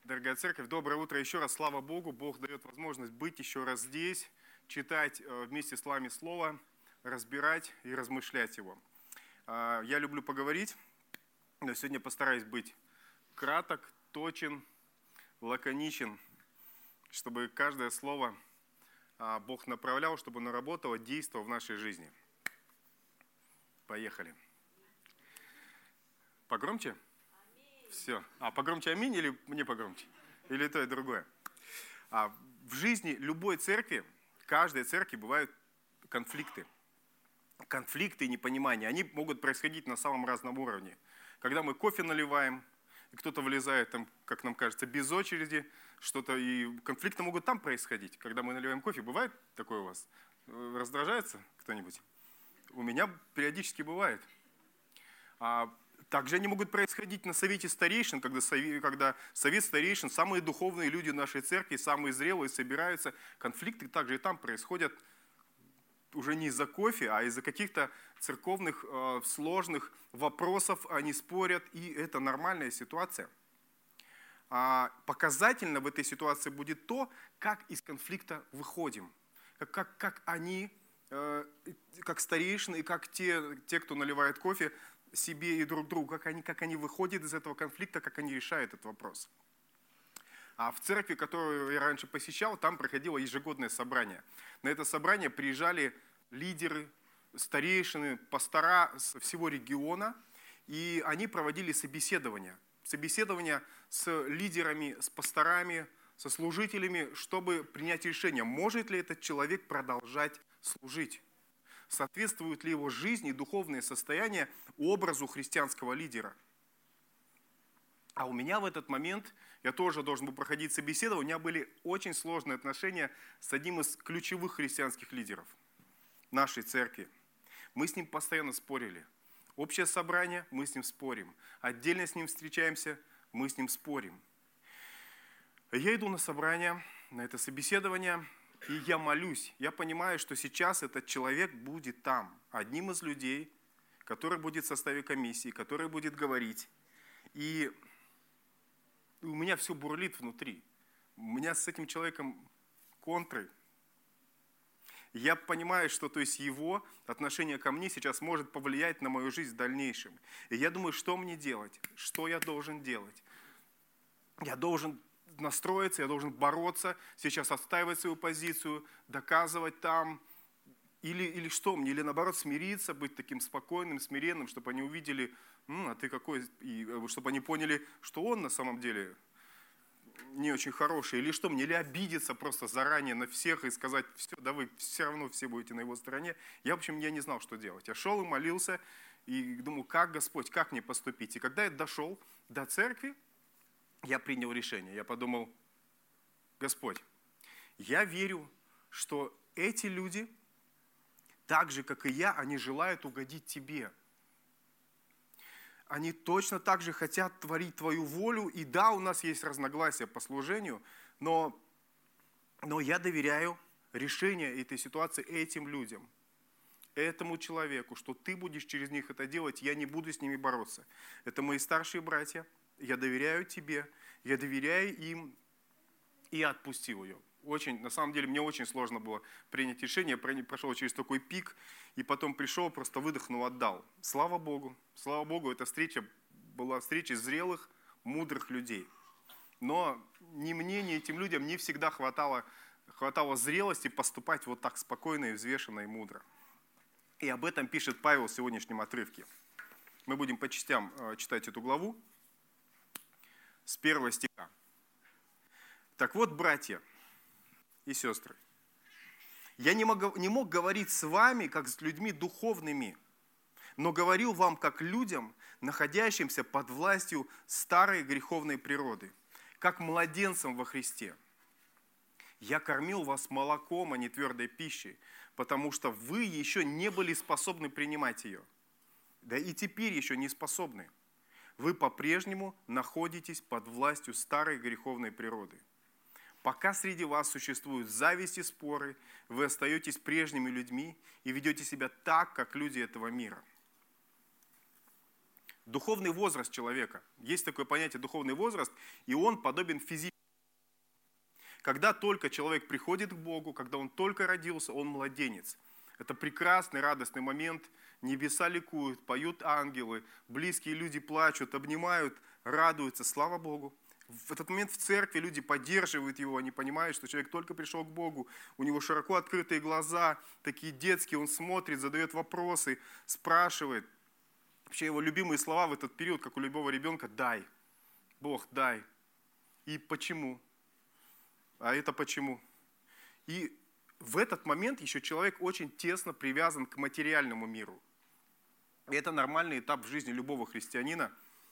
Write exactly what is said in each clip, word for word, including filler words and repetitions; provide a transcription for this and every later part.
Дорогая церковь, доброе утро еще раз. Слава Богу, Бог дает возможность быть еще раз здесь, читать вместе с вами Слово, разбирать и размышлять его. Я люблю поговорить, но сегодня постараюсь быть краток, точен, лаконичен, чтобы каждое слово Бог направлял, чтобы оно работало, действовало в нашей жизни. Поехали. Погромче? Все. А, погромче аминь или мне погромче? Или то и другое? А, в жизни любой церкви, каждой церкви бывают конфликты. Конфликты и непонимания. Они могут происходить на самом разном уровне. Когда мы кофе наливаем, и кто-то вылезает, там, как нам кажется, без очереди, что-то, и конфликты могут там происходить. Когда мы наливаем кофе, бывает такое у вас? Раздражается кто-нибудь? У меня периодически бывает. А, Также они могут происходить на совете старейшин, когда совет, когда совет старейшин, самые духовные люди нашей церкви, самые зрелые собираются. Конфликты также и там происходят уже не из-за кофе, а из-за каких-то церковных э, сложных вопросов. Они спорят, и это нормальная ситуация. А показательно в этой ситуации будет то, как из конфликта выходим. Как, как, как они, э, как старейшины и как те, те, кто наливает кофе, себе и друг другу, как они, как они выходят из этого конфликта, как они решают этот вопрос. А в церкви, которую я раньше посещал, там проходило ежегодное собрание. На это собрание приезжали лидеры, старейшины, пастора со всего региона, и они проводили собеседования. Собеседования с лидерами, с пасторами, со служителями, чтобы принять решение, может ли этот человек продолжать служить. Соответствует ли его жизнь и духовное состояние образу христианского лидера. А у меня в этот момент, я тоже должен был проходить собеседование, у меня были очень сложные отношения с одним из ключевых христианских лидеров нашей церкви. Мы с ним постоянно спорили. Общее собрание, мы с ним спорим. Отдельно с ним встречаемся, мы с ним спорим. Я иду на собрание, на это собеседование, и я молюсь, я понимаю, что сейчас этот человек будет там, одним из людей, который будет в составе комиссии, который будет говорить. И у меня все бурлит внутри. У меня с этим человеком контры. Я понимаю, что то есть его отношение ко мне сейчас может повлиять на мою жизнь в дальнейшем. И я думаю, что мне делать? Что я должен делать? Я должен настроиться, я должен бороться, сейчас отстаивать свою позицию, доказывать там, или, или что мне, или наоборот смириться, быть таким спокойным, смиренным, чтобы они увидели, М, а ты какой, и чтобы они поняли, что он на самом деле не очень хороший, или что мне, или обидеться просто заранее на всех и сказать, все, да вы все равно все будете на его стороне. Я, в общем, я не знал, что делать. Я шел и молился, и думал, как Господь, как мне поступить. И когда я дошел до церкви, я принял решение. Я подумал, Господь, я верю, что эти люди, так же, как и я, они желают угодить Тебе. Они точно так же хотят творить Твою волю. И да, у нас есть разногласия по служению, но, но я доверяю решение этой ситуации этим людям, этому человеку, что Ты будешь через них это делать, я не буду с ними бороться. Это мои старшие братья. Я доверяю Тебе, я доверяю им, и я отпустил ее. Очень, на самом деле, мне очень сложно было принять решение, я прошел через такой пик, и потом пришел, просто выдохнул, отдал. Слава Богу, слава Богу, эта встреча была встречей зрелых, мудрых людей. Но ни мне, ни этим людям не всегда хватало, хватало зрелости поступать вот так спокойно и взвешенно и мудро. И об этом пишет Павел в сегодняшнем отрывке. Мы будем по частям читать эту главу. С первого стиха. Так вот, братья и сестры, я не мог, не мог говорить с вами, как с людьми духовными, но говорил вам, как людям, находящимся под властью старой греховной природы, как младенцам во Христе. Я кормил вас молоком, а не твердой пищей, потому что вы еще не были способны принимать ее. Да и теперь еще не способны. Вы по-прежнему находитесь под властью старой греховной природы. Пока среди вас существуют зависть и споры, вы остаетесь прежними людьми и ведете себя так, как люди этого мира. Духовный возраст человека. Есть такое понятие духовный возраст, и он подобен физическому. Когда только человек приходит к Богу, когда он только родился, он младенец. Это прекрасный, радостный момент. Небеса ликуют, поют ангелы, близкие люди плачут, обнимают, радуются. Слава Богу. В этот момент в церкви люди поддерживают его, они понимают, что человек только пришел к Богу, у него широко открытые глаза, такие детские, он смотрит, задает вопросы, спрашивает. Вообще его любимые слова в этот период, как у любого ребенка: «Дай, Бог, дай». И почему? А это почему? И в этот момент еще человек очень тесно привязан к материальному миру. И это нормальный этап в жизни любого христианина,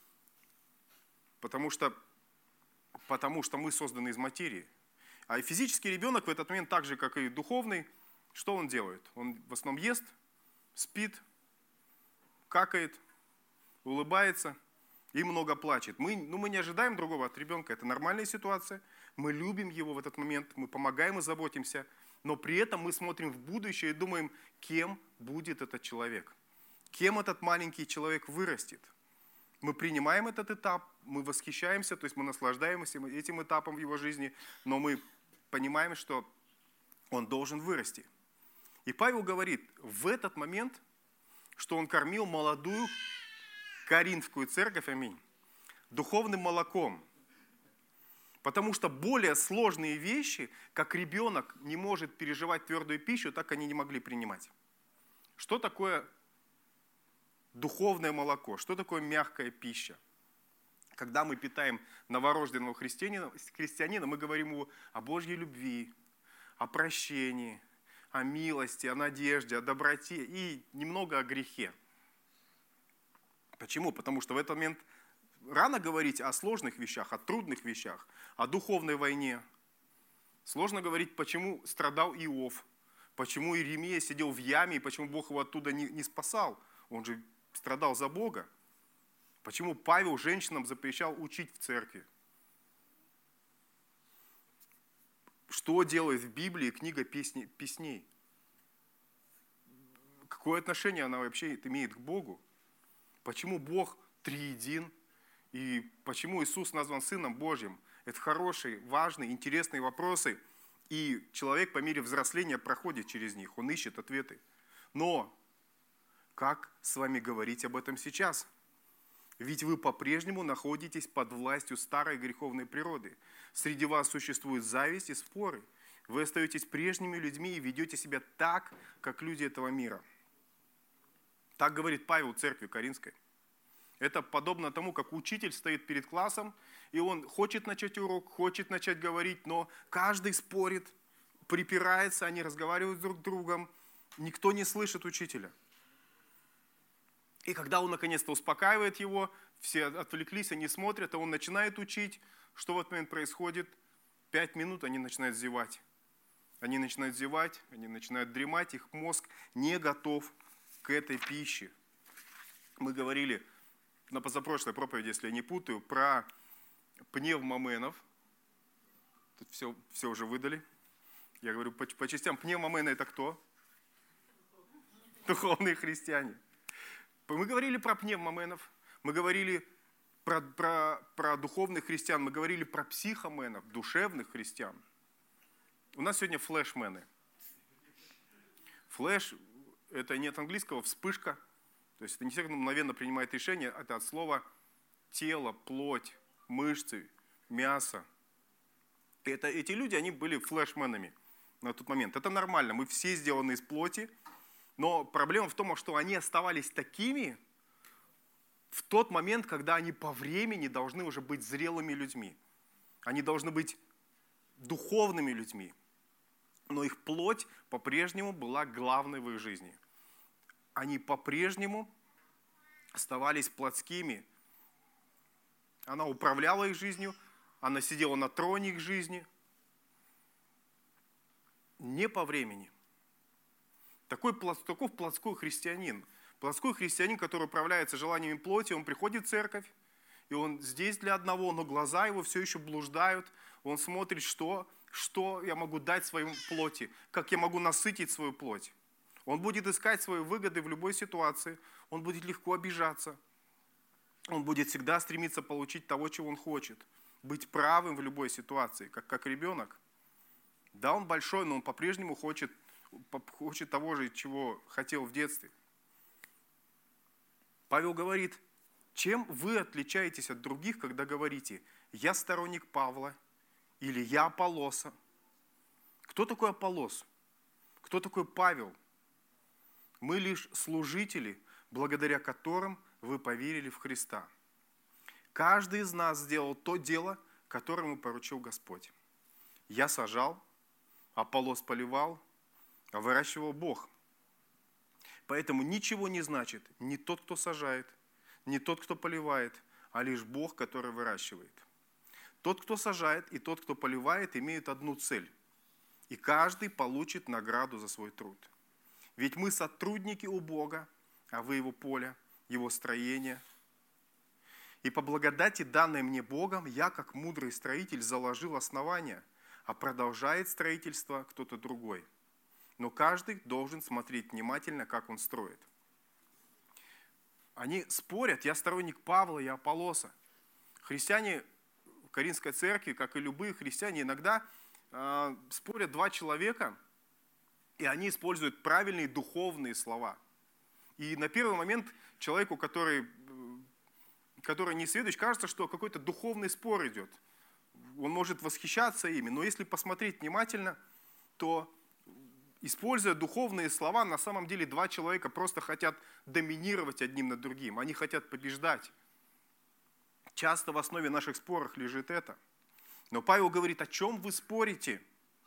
потому что, потому что мы созданы из материи. А и физический ребенок в этот момент, так же, как и духовный, что он делает? Он в основном ест, спит, какает, улыбается и много плачет. Мы, ну, мы не ожидаем другого от ребенка, это нормальная ситуация. Мы любим его в этот момент, мы помогаем и заботимся, но при этом мы смотрим в будущее и думаем, кем будет этот человек, кем этот маленький человек вырастет. Мы принимаем этот этап, мы восхищаемся, то есть мы наслаждаемся этим этапом в его жизни, но мы понимаем, что он должен вырасти. И Павел говорит в этот момент, что он кормил молодую Коринфскую церковь, аминь, духовным молоком. Потому что более сложные вещи, как ребенок не может переживать твердую пищу, так они не могли принимать. Что такое духовное молоко? Что такое мягкая пища? Когда мы питаем новорожденного христианина, христианина, мы говорим ему о Божьей любви, о прощении, о милости, о надежде, о доброте и немного о грехе. Почему? Потому что в этот момент рано говорить о сложных вещах, о трудных вещах, о духовной войне. Сложно говорить, почему страдал Иов, почему Иеремия сидел в яме, и почему Бог его оттуда не, не спасал. Он же страдал за Бога. Почему Павел женщинам запрещал учить в церкви. Что делает в Библии книга песни, песней? Какое отношение она вообще имеет к Богу? Почему Бог триедин? И почему Иисус назван Сыном Божьим? Это хорошие, важные, интересные вопросы. И человек по мере взросления проходит через них, он ищет ответы. Но как с вами говорить об этом сейчас? Ведь вы по-прежнему находитесь под властью старой греховной природы. Среди вас существует зависть и споры. Вы остаетесь прежними людьми и ведете себя так, как люди этого мира. Так говорит Павел церкви Коринфской. Это подобно тому, как учитель стоит перед классом, и он хочет начать урок, хочет начать говорить, но каждый спорит, припирается, они разговаривают друг с другом, никто не слышит учителя. И когда он наконец-то успокаивает его, все отвлеклись, они смотрят, а он начинает учить. Что в этот момент происходит? Пять минут они начинают зевать. Они начинают зевать, они начинают дремать, их мозг не готов к этой пище. Мы говорили на позапрошлой проповеди, если я не путаю, про пневмоменов. Тут все, все уже выдали. Я говорю по, по частям. Пневмомены это кто? Духовные христиане. Мы говорили про пневмоменов, мы говорили про, про, про духовных христиан, мы говорили про психоменов, душевных христиан. У нас сегодня флешмены. Флэш – это не от английского «вспышка». То есть это не всех мгновенно принимает решение, это от слова тело, плоть, мышцы, мясо. И это, эти люди, они были флешменами на тот момент. Это нормально, мы все сделаны из плоти, но проблема в том, что они оставались такими в тот момент, когда они по времени должны уже быть зрелыми людьми. Они должны быть духовными людьми, но их плоть по-прежнему была главной в их жизни. Они по-прежнему оставались плотскими. Она управляла их жизнью, она сидела на троне их жизни. Не по времени. Такой, таков плотской христианин. Плотской христианин, который управляется желаниями плоти, он приходит в церковь, и он здесь для одного, но глаза его все еще блуждают. Он смотрит, что, что я могу дать своей плоти, как я могу насытить свою плоть. Он будет искать свои выгоды в любой ситуации. Он будет легко обижаться. Он будет всегда стремиться получить того, чего он хочет. Быть правым в любой ситуации, как, как ребенок. Да, он большой, но он по-прежнему хочет, хочет того же, чего хотел в детстве. Павел говорит, чем вы отличаетесь от других, когда говорите, я сторонник Павла или я Аполлоса? Кто такой Аполлос? Кто такой Павел? Мы лишь служители, благодаря которым вы поверили в Христа. Каждый из нас сделал то дело, которое ему поручил Господь. Я сажал, Аполлос поливал, а выращивал Бог. Поэтому ничего не значит не тот, кто сажает, не тот, кто поливает, а лишь Бог, который выращивает. Тот, кто сажает, и тот, кто поливает, имеют одну цель. И каждый получит награду за свой труд. Ведь мы сотрудники у Бога, а вы его поле, его строение. И по благодати, данной мне Богом, я, как мудрый строитель, заложил основания, а продолжает строительство кто-то другой. Но каждый должен смотреть внимательно, как он строит. Они спорят, я сторонник Павла, я Аполлоса. Христиане в Коринфской церкви, как и любые христиане, иногда э, спорят два человека, и они используют правильные духовные слова. И на первый момент человеку, который, который не сведущ, кажется, что какой-то духовный спор идет. Он может восхищаться ими, но если посмотреть внимательно, то, используя духовные слова, на самом деле два человека просто хотят доминировать одним над другим. Они хотят побеждать. Часто в основе наших споров лежит это. Но Павел говорит, о чем вы спорите?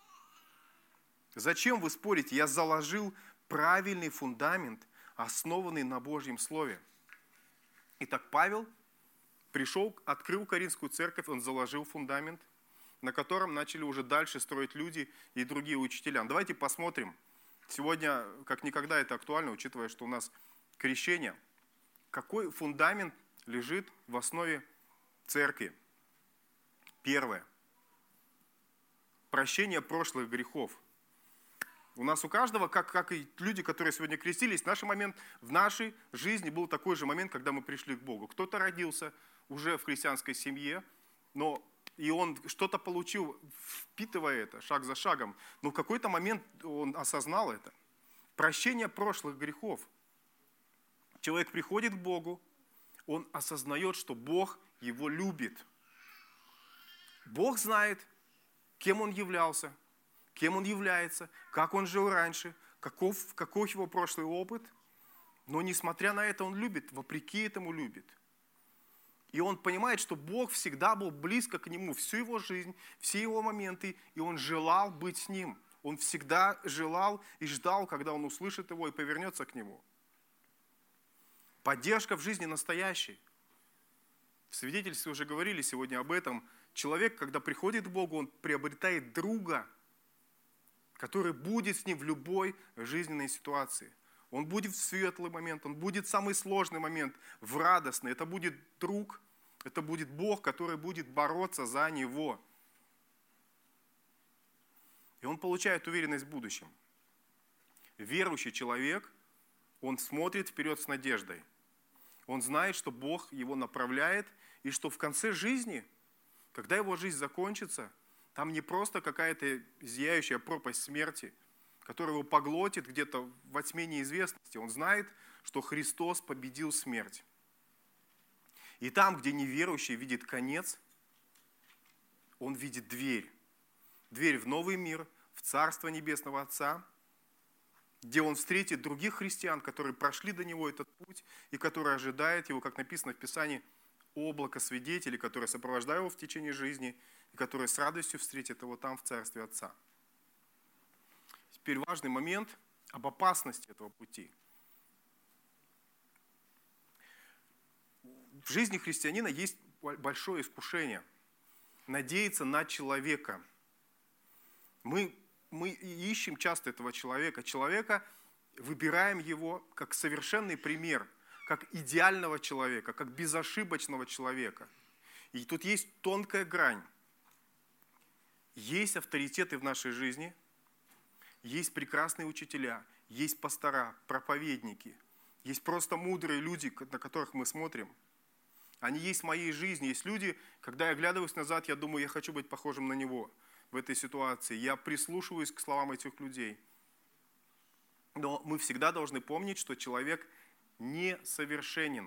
Зачем вы спорите? Я заложил правильный фундамент, основанный на Божьем Слове. Итак, Павел пришел, открыл Коринфскую церковь, он заложил фундамент, на котором начали уже дальше строить люди и другие учителя. Давайте посмотрим. Сегодня, как никогда, это актуально, учитывая, что у нас крещение. Какой фундамент лежит в основе церкви? Первое. Прощение прошлых грехов. У нас у каждого, как, как и люди, которые сегодня крестились, в наш момент, в нашей жизни был такой же момент, когда мы пришли к Богу. Кто-то родился уже в христианской семье, но и он что-то получил, впитывая это, шаг за шагом. Но в какой-то момент он осознал это. Прощение прошлых грехов. Человек приходит к Богу, он осознает, что Бог его любит. Бог знает, кем он являлся, кем он является, как он жил раньше, каков, каков его прошлый опыт. Но несмотря на это, он любит, вопреки этому любит. И он понимает, что Бог всегда был близко к нему всю его жизнь, все его моменты, и он желал быть с ним. Он всегда желал и ждал, когда он услышит его и повернется к нему. Поддержка в жизни настоящей. В свидетельстве уже говорили сегодня об этом. Человек, когда приходит к Богу, он приобретает друга, который будет с ним в любой жизненной ситуации. Он будет в светлый момент, он будет в самый сложный момент, в радостный. Это будет друг, это будет Бог, который будет бороться за него. И он получает уверенность в будущем. Верующий человек, он смотрит вперед с надеждой. Он знает, что Бог его направляет, и что в конце жизни, когда его жизнь закончится, там не просто какая-то зияющая пропасть смерти, которая его поглотит где-то во тьме неизвестности. Он знает, что Христос победил смерть. И там, где неверующий видит конец, он видит дверь. Дверь в новый мир, в Царство Небесного Отца, где он встретит других христиан, которые прошли до него этот путь, и которые ожидают его, как написано в Писании, облако свидетелей, которые сопровождают его в течение жизни, и которые с радостью встретят его там, в Царстве Отца. Теперь важный момент об опасности этого пути. В жизни христианина есть большое искушение – надеяться на человека. Мы, мы ищем часто этого человека. Человека, выбираем его как совершенный пример, как идеального человека, как безошибочного человека. И тут есть тонкая грань. Есть авторитеты в нашей жизни, есть прекрасные учителя, есть пастора, проповедники, есть просто мудрые люди, на которых мы смотрим. Они есть в моей жизни. Есть люди, когда я оглядываюсь назад, я думаю, я хочу быть похожим на него в этой ситуации. Я прислушиваюсь к словам этих людей. Но мы всегда должны помнить, что человек несовершенен.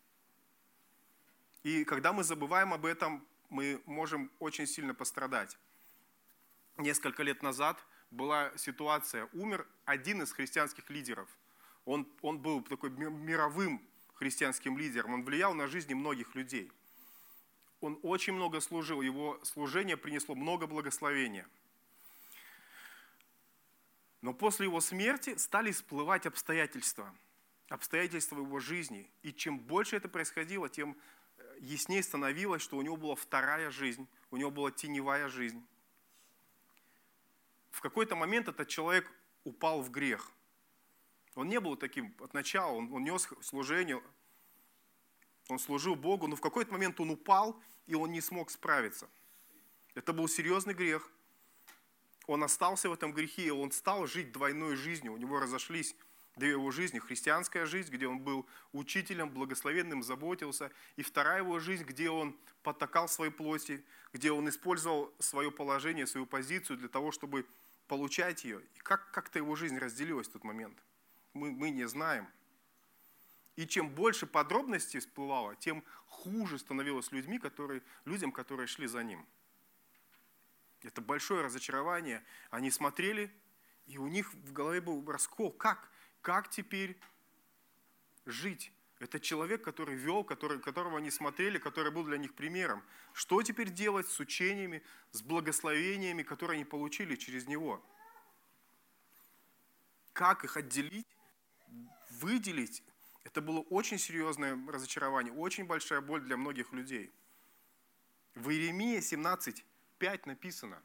И когда мы забываем об этом, мы можем очень сильно пострадать. Несколько лет назад была ситуация, умер один из христианских лидеров. Он, он был такой мировым христианским лидером, он влиял на жизни многих людей. Он очень много служил, его служение принесло много благословения. Но после его смерти стали всплывать обстоятельства, обстоятельства его жизни. И чем больше это происходило, тем яснее становилось, что у него была вторая жизнь, у него была теневая жизнь. В какой-то момент этот человек упал в грех. Он не был таким от начала, он, он нес служение, он служил Богу, но в какой-то момент он упал, и он не смог справиться. Это был серьезный грех. Он остался в этом грехе, и он стал жить двойной жизнью. У него разошлись две его жизни. Христианская жизнь, где он был учителем, благословенным, заботился. И вторая его жизнь, где он потакал своей плоти, где он использовал свое положение, свою позицию для того, чтобы получать ее. И как, как-то его жизнь разделилась в тот момент. Мы, мы не знаем. И чем больше подробностей всплывало, тем хуже становилось людьми, которые, людям, которые шли за ним. Это большое разочарование. Они смотрели, и у них в голове был раскол. Как? Как теперь жить? Это человек, который вел, который, которого они смотрели, который был для них примером. Что теперь делать с учениями, с благословениями, которые они получили через него? Как их отделить, выделить? Это было очень серьезное разочарование, очень большая боль для многих людей. В Иеремии семнадцать пять написано: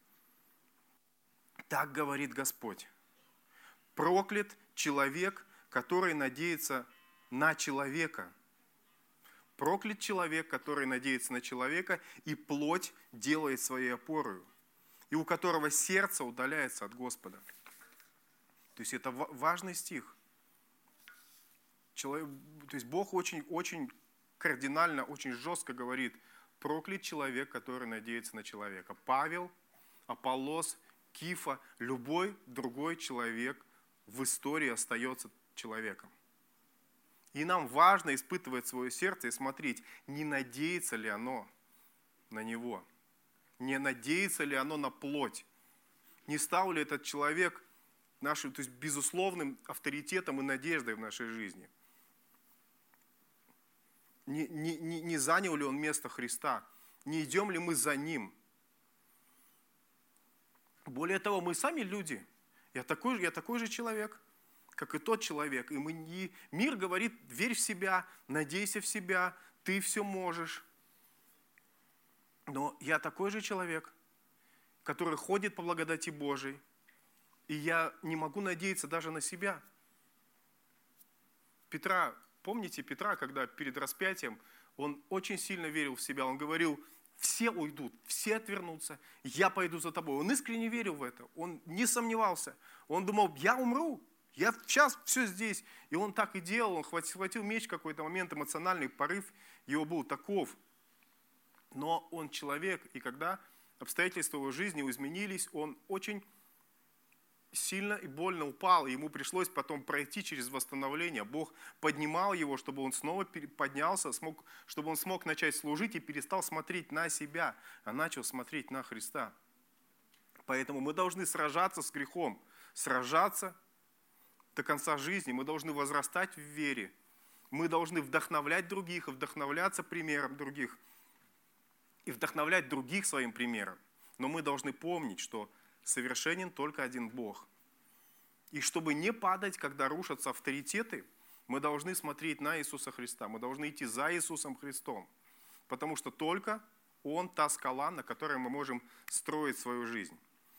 «Так говорит Господь, проклят человек, который надеется на человека. Проклят человек, который надеется на человека, и плоть делает своей опорою, и у которого сердце удаляется от Господа». То есть это важный стих. Человек, то есть Бог очень, очень кардинально, очень жестко говорит: проклят человек, который надеется на человека. Павел, Аполлос, Кифа, любой другой человек в истории остается человеком. И нам важно испытывать свое сердце и смотреть, не надеется ли оно на него, не надеется ли оно на плоть, не стал ли этот человек нашим, то есть безусловным авторитетом и надеждой в нашей жизни. Не, не, не, не занял ли он место Христа, не идем ли мы за ним. Более того, мы сами люди. Я такой, я такой же человек, как и тот человек. И, мы, и мир говорит: верь в себя, надейся в себя, ты все можешь. Но я такой же человек, который ходит по благодати Божией, и я не могу надеяться даже на себя. Петра, помните Петра, когда перед распятием он очень сильно верил в себя, он говорил: все уйдут, все отвернутся, я пойду за тобой. Он искренне верил в это, он не сомневался. Он думал: я умру, я сейчас все здесь. И он так и делал, он схватил меч в какой-то момент, эмоциональный порыв его был таков. Но он человек, и когда обстоятельства его жизни изменились, он очень сильно и больно упал, и ему пришлось потом пройти через восстановление. Бог поднимал его, чтобы он снова поднялся, смог, чтобы он смог начать служить и перестал смотреть на себя, а начал смотреть на Христа. Поэтому мы должны сражаться с грехом, сражаться до конца жизни, мы должны возрастать в вере, мы должны вдохновлять других и вдохновляться примером других, и вдохновлять других своим примером. Но мы должны помнить, что совершенен только один Бог. И чтобы не падать, когда рушатся авторитеты, мы должны смотреть на Иисуса Христа. Мы должны идти за Иисусом Христом. Потому что только Он та скала, на которой мы можем строить свою жизнь.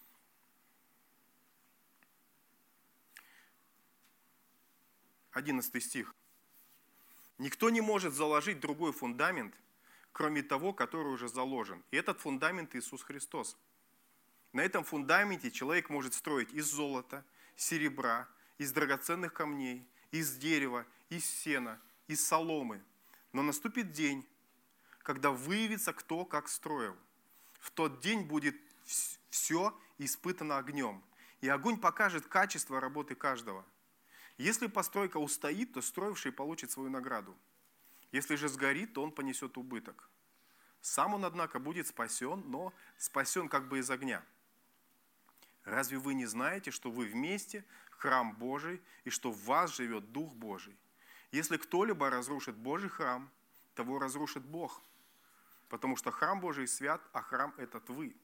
Одиннадцатый стих. «Никто не может заложить другой фундамент, кроме того, который уже заложен. И этот фундамент Иисус Христос. На этом фундаменте человек может строить из золота, серебра, из драгоценных камней, из дерева, из сена, из соломы. Но наступит день, когда выявится кто как строил. В тот день будет все испытано огнем. И огонь покажет качество работы каждого. Если постройка устоит, то строивший получит свою награду. Если же сгорит, то он понесет убыток. Сам он, однако, будет спасен, но спасен как бы из огня. Разве вы не знаете, что вы вместе храм Божий, и что в вас живет Дух Божий? Если кто-либо разрушит Божий храм, того разрушит Бог. Потому что храм Божий свят, а храм этот вы.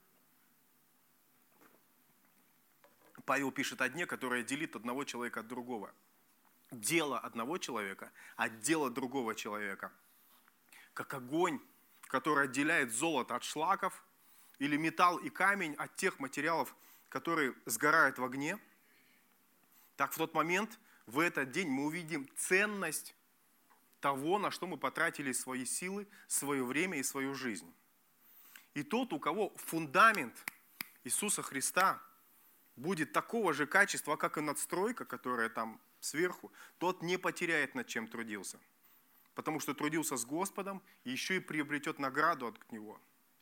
Павел пишет о дне, которое делит одного человека от другого. Дело одного человека от дела другого человека. Как огонь, который отделяет золото от шлаков, или металл и камень от тех материалов, которые сгорают в огне, так в тот момент, в этот день мы увидим ценность того, на что мы потратили свои силы, свое время и свою жизнь. И тот, у кого фундамент Иисуса Христа будет такого же качества, как и надстройка, которая там сверху, тот не потеряет, над чем трудился. Потому что трудился с Господом и еще и приобретет награду от Него.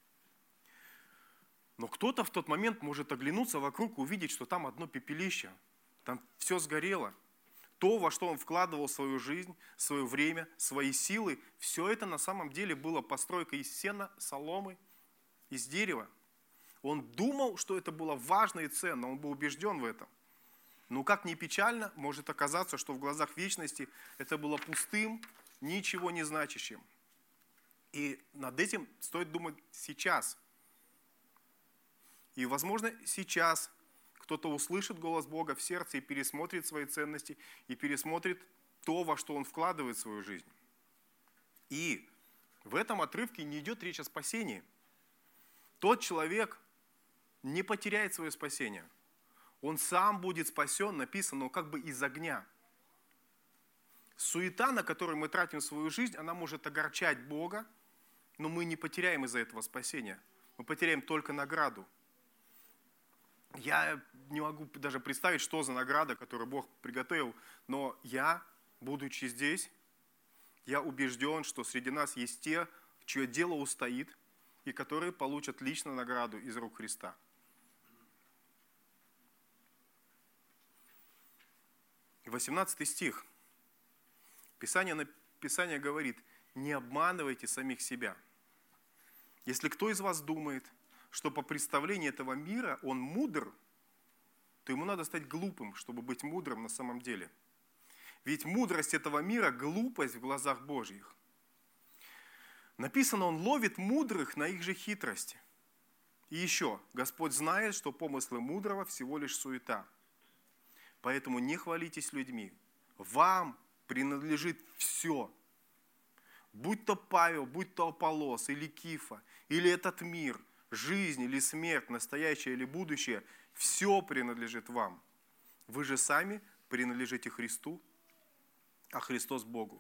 Но кто-то в тот момент может оглянуться вокруг и увидеть, что там одно пепелище, там все сгорело. То, во что он вкладывал свою жизнь, свое время, свои силы, все это на самом деле было постройкой из сена, соломы, из дерева. Он думал, что это было важно и ценно, он был убежден в этом. Но как ни печально, может оказаться, что в глазах вечности это было пустым, ничего не значащим. И над этим стоит думать сейчас. И, возможно, сейчас кто-то услышит голос Бога в сердце и пересмотрит свои ценности, и пересмотрит то, во что он вкладывает свою жизнь. И в этом отрывке не идет речь о спасении. Тот человек не потеряет свое спасение. Он сам будет спасен, написано, как бы из огня. Суета, на которую мы тратим свою жизнь, она может огорчать Бога, но мы не потеряем из-за этого спасения. Мы потеряем только награду. Я не могу даже представить, что за награда, которую Бог приготовил, но я, будучи здесь, я убежден, что среди нас есть те, чье дело устоит, и которые получат лично награду из рук Христа. восемнадцатый стих. Писание, Писание говорит: не обманывайте самих себя. Если кто из вас думает, что по представлению этого мира он мудр, то ему надо стать глупым, чтобы быть мудрым на самом деле. Ведь мудрость этого мира – глупость в глазах Божьих. Написано, он ловит мудрых на их же хитрости. И еще, Господь знает, что помыслы мудрого всего лишь суета. Поэтому не хвалитесь людьми. Вам принадлежит все. Будь то Павел, будь то Аполлос или Кифа, или этот мир, жизнь или смерть, настоящее или будущее, все принадлежит вам. Вы же сами принадлежите Христу, а Христос Богу.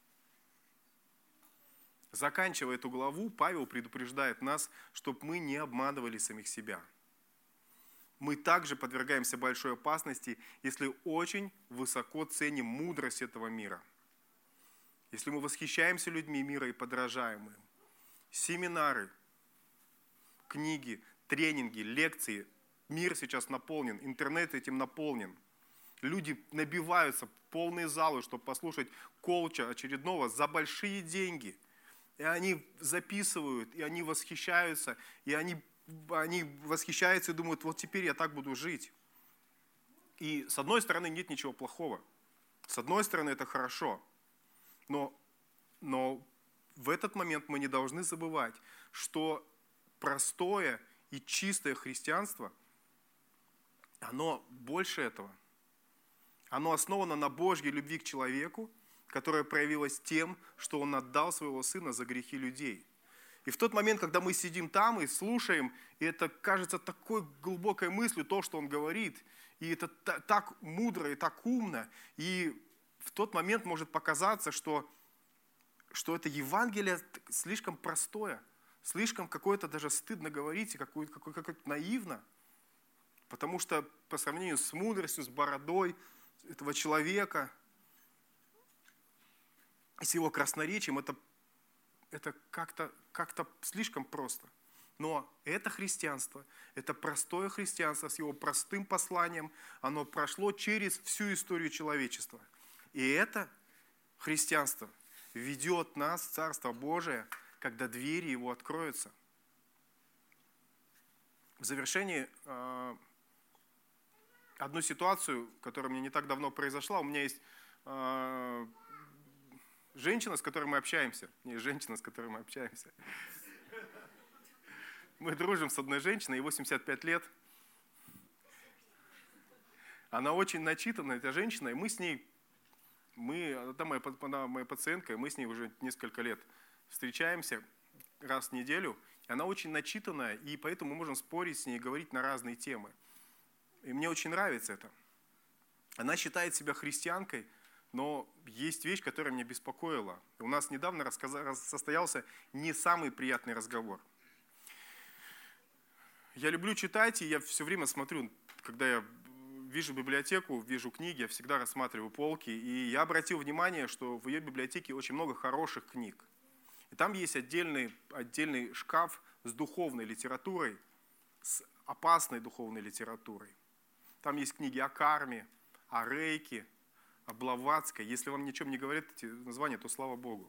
Заканчивая эту главу, Павел предупреждает нас, чтобы мы не обманывали самих себя. Мы также подвергаемся большой опасности, если очень высоко ценим мудрость этого мира. Если мы восхищаемся людьми мира и подражаем им. Семинары, книги, тренинги, лекции. Мир сейчас наполнен, интернет этим наполнен. Люди набиваются в полные залы, чтобы послушать коуча очередного за большие деньги. И они записывают, и они восхищаются, и они, они восхищаются и думают, вот теперь я так буду жить. И с одной стороны нет ничего плохого. С одной стороны это хорошо. Но, но в этот момент мы не должны забывать, что простое и чистое христианство, оно больше этого. Оно основано на Божьей любви к человеку, которая проявилась тем, что Он отдал Своего Сына за грехи людей. И в тот момент, когда мы сидим там и слушаем, и это кажется такой глубокой мыслью, то, что Он говорит, и это так мудро и так умно, и в тот момент может показаться, что, что это Евангелие слишком простое, слишком какое-то даже стыдно говорить, и какое-то, какое-то наивно, потому что по сравнению с мудростью, с бородой этого человека, с его красноречием, это, это как-то, как-то слишком просто. Но это христианство, это простое христианство с его простым посланием, оно прошло через всю историю человечества. И это христианство ведет нас в Царство Божие, когда двери его откроются. В завершении э, одну ситуацию, которая мне не так давно произошла. У меня есть э, женщина, с которой мы общаемся. Не женщина, с которой мы общаемся. Мы дружим с одной женщиной, ей восемьдесят пять лет. Она очень начитанная, эта женщина, и мы с ней, мы, это моя, она моя пациентка, и мы с ней уже несколько лет встречаемся раз в неделю. Она очень начитанная, и поэтому мы можем спорить с ней, говорить на разные темы. И мне очень нравится это. Она считает себя христианкой, но есть вещь, которая меня беспокоила. У нас недавно состоялся не самый приятный разговор. Я люблю читать, и я все время смотрю, когда я вижу библиотеку, вижу книги, я всегда рассматриваю полки. И я обратил внимание, что в ее библиотеке очень много хороших книг. И там есть отдельный, отдельный шкаф с духовной литературой, с опасной духовной литературой. Там есть книги о карме, о рейке, о Блаватской. Если вам ни о чем не говорят эти названия, то слава Богу.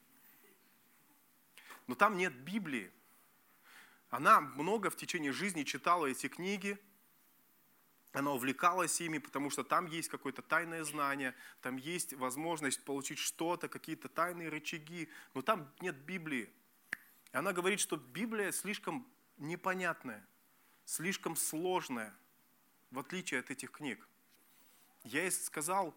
Но там нет Библии. Она много в течение жизни читала эти книги, она увлекалась ими, потому что там есть какое-то тайное знание, там есть возможность получить что-то, какие-то тайные рычаги, но там нет Библии. И она говорит, что Библия слишком непонятная, слишком сложная, в отличие от этих книг. Я ей сказал,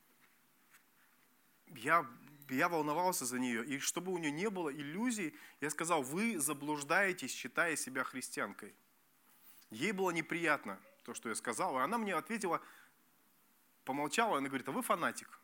я, я волновался за нее, и чтобы у нее не было иллюзий, я сказал, вы заблуждаетесь, считая себя христианкой. Ей было неприятно то, что я сказал, и она мне ответила, помолчала, она говорит, а вы фанатик.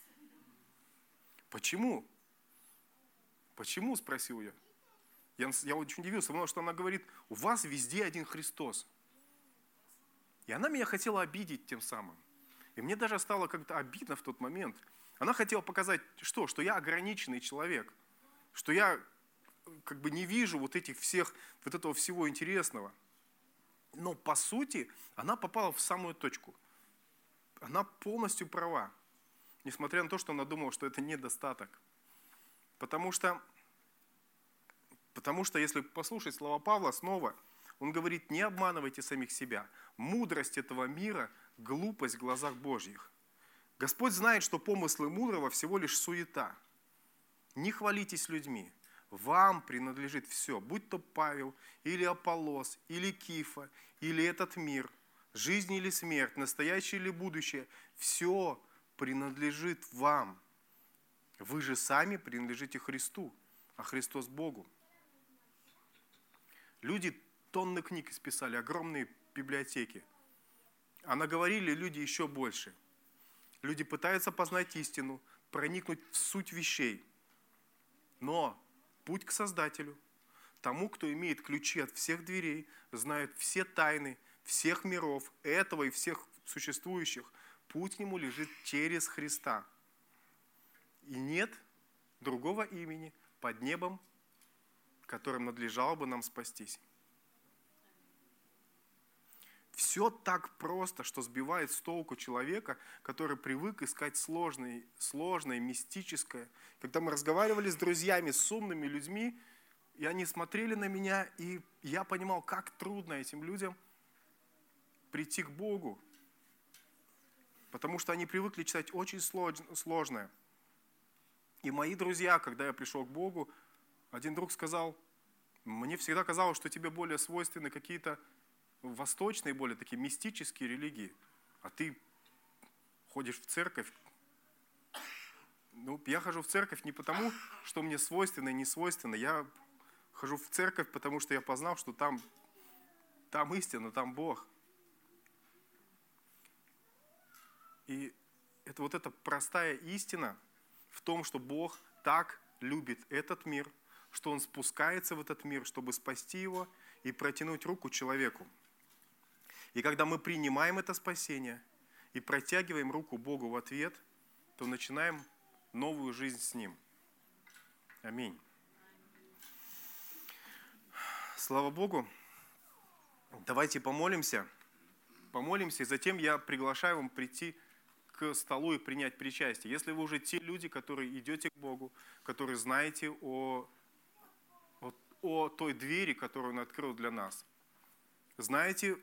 Почему? Почему, спросил я. Я, я очень удивился, потому что она говорит, у вас везде один Христос. И она меня хотела обидеть тем самым. И мне даже стало как-то обидно в тот момент. Она хотела показать, что? Что я ограниченный человек. Что я как бы не вижу вот этих всех, вот этого всего интересного. Но по сути она попала в самую точку. Она полностью права. Несмотря на то, что она думала, что это недостаток. Потому что, потому что если послушать слова Павла снова, он говорит, не обманывайте самих себя. Мудрость этого мира – глупость в глазах Божьих. Господь знает, что помыслы мудрого всего лишь суета. Не хвалитесь людьми. Вам принадлежит все, будь то Павел, или Аполлос, или Кифа, или этот мир, жизнь или смерть, настоящее или будущее. Все принадлежит вам. Вы же сами принадлежите Христу, а Христос Богу. Люди тонны книг исписали, огромные библиотеки. А наговорили люди еще больше. Люди пытаются познать истину, проникнуть в суть вещей. Но путь к Создателю, тому, кто имеет ключи от всех дверей, знает все тайны всех миров, этого и всех существующих, путь к нему лежит через Христа. И нет другого имени под небом, которым надлежало бы нам спастись. Все так просто, что сбивает с толку человека, который привык искать сложное, сложное, мистическое. Когда мы разговаривали с друзьями, с умными людьми, и они смотрели на меня, и я понимал, как трудно этим людям прийти к Богу. Потому что они привыкли читать очень сложное. И мои друзья, когда я пришел к Богу, один друг сказал, мне всегда казалось, что тебе более свойственны какие-то восточные, более такие мистические религии, а ты ходишь в церковь. Ну, я хожу в церковь не потому, что мне свойственно и не свойственно. Я хожу в церковь, потому что я познал, что там, там истина, там Бог. И это вот эта простая истина в том, что Бог так любит этот мир, что Он спускается в этот мир, чтобы спасти его и протянуть руку человеку. И когда мы принимаем это спасение и протягиваем руку Богу в ответ, то начинаем новую жизнь с Ним. Аминь. Слава Богу. Давайте помолимся. Помолимся, и затем я приглашаю вам прийти к столу и принять причастие. Если вы уже те люди, которые идете к Богу, которые знаете о, о, о той двери, которую Он открыл для нас, знаете,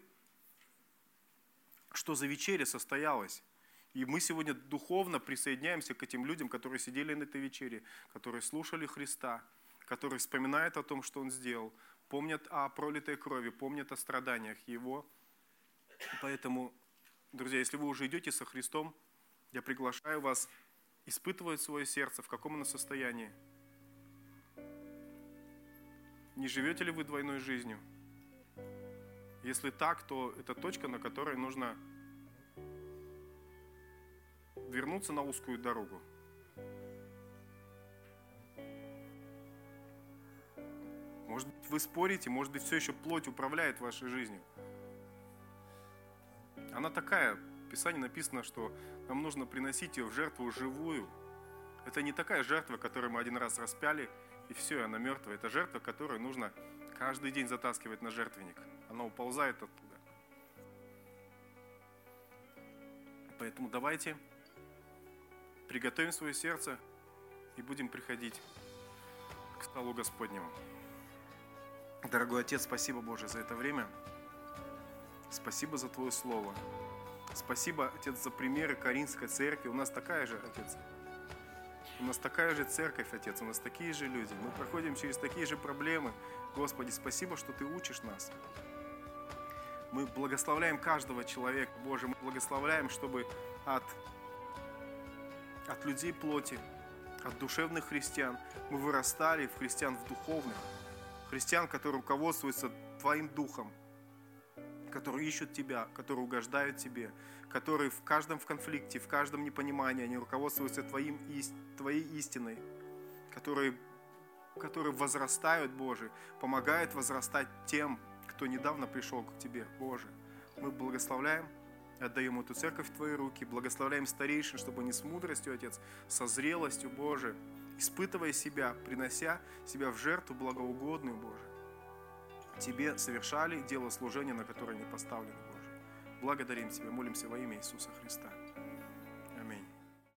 что за вечеря состоялась. И мы сегодня духовно присоединяемся к этим людям, которые сидели на этой вечере, которые слушали Христа, которые вспоминают о том, что Он сделал, помнят о пролитой крови, помнят о страданиях Его. Поэтому, друзья, если вы уже идете со Христом, я приглашаю вас испытывать свое сердце, в каком оно состоянии. Не живете ли вы двойной жизнью? Если так, то это точка, на которой нужно вернуться на узкую дорогу. Может быть, вы спорите, может быть, все еще плоть управляет вашей жизнью. Она такая, в Писании написано, что нам нужно приносить ее в жертву живую. Это не такая жертва, которую мы один раз распяли, и все, и она мертвая. Это жертва, которую нужно каждый день затаскивать на жертвенник. Она уползает оттуда. Поэтому давайте приготовим свое сердце и будем приходить к столу Господнему. Дорогой Отец, спасибо, Боже, за это время. Спасибо за Твое Слово. Спасибо, Отец, за примеры Коринфской церкви. У нас такая же, Отец. У нас такая же церковь, Отец. У нас такие же люди. Мы проходим через такие же проблемы. Господи, спасибо, что Ты учишь нас. Мы благословляем каждого человека, Боже. Мы благословляем, чтобы от, от людей плоти, от душевных христиан мы вырастали в христиан в духовных. Христиан, которые руководствуются Твоим Духом, которые ищут Тебя, которые угождают Тебе, которые в каждом в конфликте, в каждом непонимании, они руководствуются Твоим, Твоей истиной, которые, которые возрастают, Боже, помогают возрастать тем, кто недавно пришел к Тебе, Боже. Мы благословляем, отдаем эту церковь в Твои руки, благословляем старейшин, чтобы они с мудростью, Отец, со зрелостью, Боже, испытывая себя, принося себя в жертву благоугодную, Боже, Тебе совершали дело служения, на которое они поставлены, Боже. Благодарим Тебя, молимся во имя Иисуса Христа.